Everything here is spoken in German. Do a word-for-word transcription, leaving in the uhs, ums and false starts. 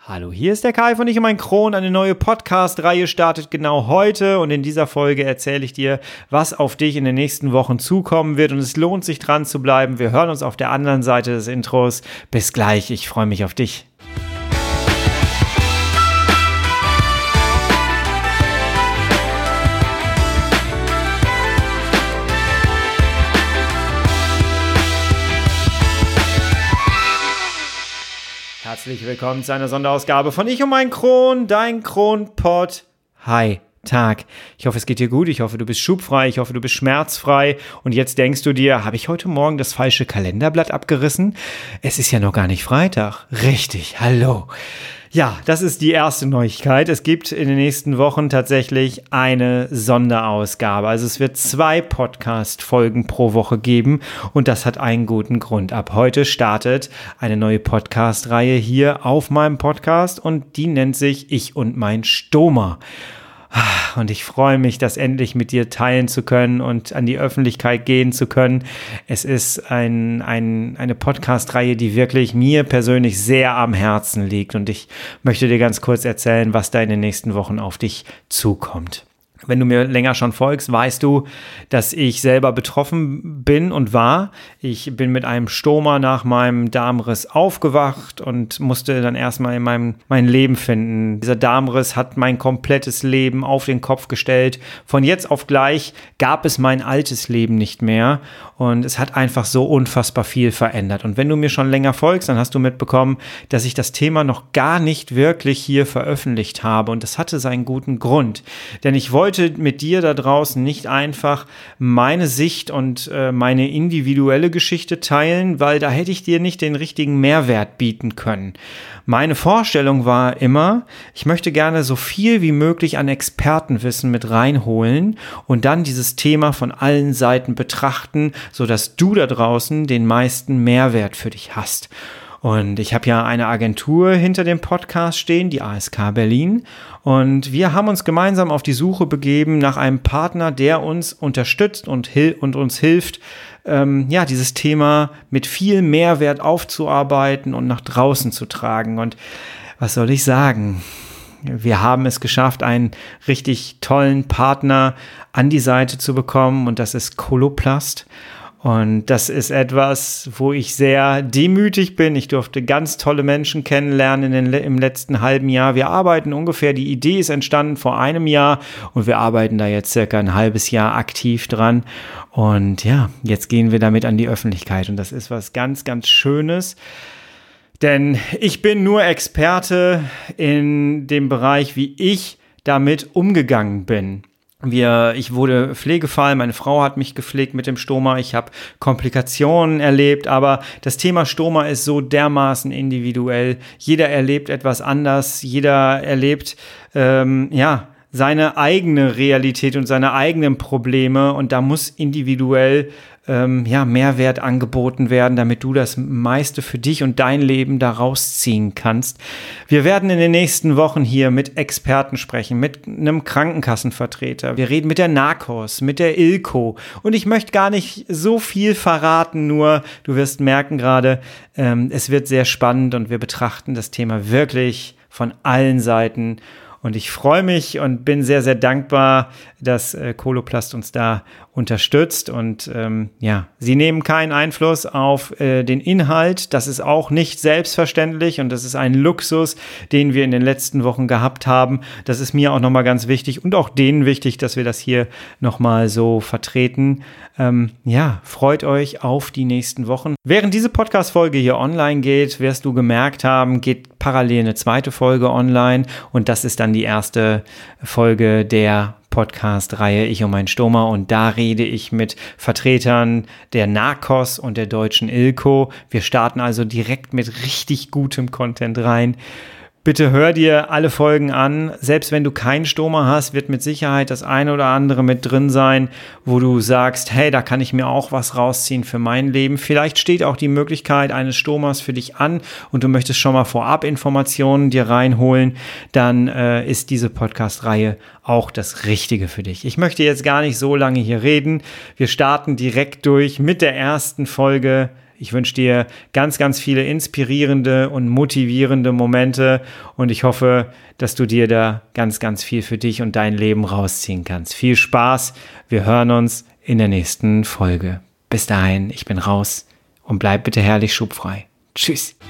Hallo, hier ist der Kai von Ich und mein Kron. Eine neue Podcast-Reihe startet genau heute und in dieser Folge erzähle ich dir, was auf dich in den nächsten Wochen zukommen wird und es lohnt sich dran zu bleiben. Wir hören uns auf der anderen Seite des Intros. Bis gleich, ich freue mich auf dich. Herzlich willkommen zu einer Sonderausgabe von Ich und mein Kron, dein Kronpott. Hi, Tag. Ich hoffe, es geht dir gut. Ich hoffe, du bist schubfrei. Ich hoffe, du bist schmerzfrei. Und jetzt denkst du dir, habe ich heute Morgen das falsche Kalenderblatt abgerissen? Es ist ja noch gar nicht Freitag. Richtig, hallo. Ja, das ist die erste Neuigkeit. Es gibt in den nächsten Wochen tatsächlich eine Sonderausgabe. Also es wird zwei Podcast-Folgen pro Woche geben und das hat einen guten Grund. Ab heute startet eine neue Podcast-Reihe hier auf meinem Podcast und die nennt sich Ich und mein Stoma. Und ich freue mich, das endlich mit dir teilen zu können und an die Öffentlichkeit gehen zu können. Es ist ein, ein, eine Podcast-Reihe, die wirklich mir persönlich sehr am Herzen liegt. Und ich möchte dir ganz kurz erzählen, was da in den nächsten Wochen auf dich zukommt. Wenn du mir länger schon folgst, weißt du, dass ich selber betroffen bin und war. Ich bin mit einem Stoma nach meinem Darmriss aufgewacht und musste dann erstmal in meinem mein Leben finden. Dieser Darmriss hat mein komplettes Leben auf den Kopf gestellt. Von jetzt auf gleich gab es mein altes Leben nicht mehr und es hat einfach so unfassbar viel verändert. Und wenn du mir schon länger folgst, dann hast du mitbekommen, dass ich das Thema noch gar nicht wirklich hier veröffentlicht habe und das hatte seinen guten Grund. Denn ich wollte mit dir da draußen nicht einfach meine Sicht und äh, meine individuelle Geschichte teilen, weil da hätte ich dir nicht den richtigen Mehrwert bieten können. Meine Vorstellung war immer, ich möchte gerne so viel wie möglich an Expertenwissen mit reinholen und dann dieses Thema von allen Seiten betrachten, sodass du da draußen den meisten Mehrwert für dich hast. Und ich habe ja eine Agentur hinter dem Podcast stehen, die A S K Berlin. Und wir haben uns gemeinsam auf die Suche begeben nach einem Partner, der uns unterstützt und, hil- und uns hilft, ähm, ja, dieses Thema mit viel Mehrwert aufzuarbeiten und nach draußen zu tragen. Und was soll ich sagen? Wir haben es geschafft, einen richtig tollen Partner an die Seite zu bekommen und das ist Coloplast. Und das ist etwas, wo ich sehr demütig bin. Ich durfte ganz tolle Menschen kennenlernen in den, im letzten halben Jahr. Wir arbeiten ungefähr, die Idee ist entstanden vor einem Jahr und wir arbeiten da jetzt circa ein halbes Jahr aktiv dran. Und ja, jetzt gehen wir damit an die Öffentlichkeit und das ist was ganz, ganz Schönes. Denn ich bin nur Experte in dem Bereich, wie ich damit umgegangen bin. Wir, ich wurde Pflegefall, meine Frau hat mich gepflegt mit dem Stoma, ich habe Komplikationen erlebt, aber das Thema Stoma ist so dermaßen individuell. Jeder erlebt etwas anders, jeder erlebt, ähm, ja, seine eigene Realität und seine eigenen Probleme und da muss individuell ähm, ja, Mehrwert angeboten werden, damit du das meiste für dich und dein Leben da rausziehen kannst. Wir werden in den nächsten Wochen hier mit Experten sprechen, mit einem Krankenkassenvertreter. Wir reden mit der NAKOS, mit der I L K O und ich möchte gar nicht so viel verraten, nur du wirst merken gerade, ähm, es wird sehr spannend und wir betrachten das Thema wirklich von allen Seiten. Und ich freue mich und bin sehr, sehr dankbar, dass äh, Coloplast uns da unterstützt. Und ähm, ja, sie nehmen keinen Einfluss auf äh, den Inhalt. Das ist auch nicht selbstverständlich und das ist ein Luxus, den wir in den letzten Wochen gehabt haben. Das ist mir auch nochmal ganz wichtig und auch denen wichtig, dass wir das hier nochmal so vertreten. Ähm, ja, freut euch auf die nächsten Wochen. Während diese Podcast-Folge hier online geht, wirst du gemerkt haben, geht parallel eine zweite Folge online und das ist dann die erste Folge der Podcast-Reihe Ich und mein Stoma und da rede ich mit Vertretern der NAKOS und der deutschen I L K O. Wir starten also direkt mit richtig gutem Content rein. Bitte hör dir alle Folgen an. Selbst wenn du keinen Stoma hast, wird mit Sicherheit das eine oder andere mit drin sein, wo du sagst, hey, da kann ich mir auch was rausziehen für mein Leben. Vielleicht steht auch die Möglichkeit eines Stomas für dich an und du möchtest schon mal vorab Informationen dir reinholen, dann äh, ist diese Podcast-Reihe auch das Richtige für dich. Ich möchte jetzt gar nicht so lange hier reden. Wir starten direkt durch mit der ersten Folge Ich wünsche dir ganz, ganz viele inspirierende und motivierende Momente und ich hoffe, dass du dir da ganz, ganz viel für dich und dein Leben rausziehen kannst. Viel Spaß, wir hören uns in der nächsten Folge. Bis dahin, ich bin raus und bleib bitte herrlich schubfrei. Tschüss.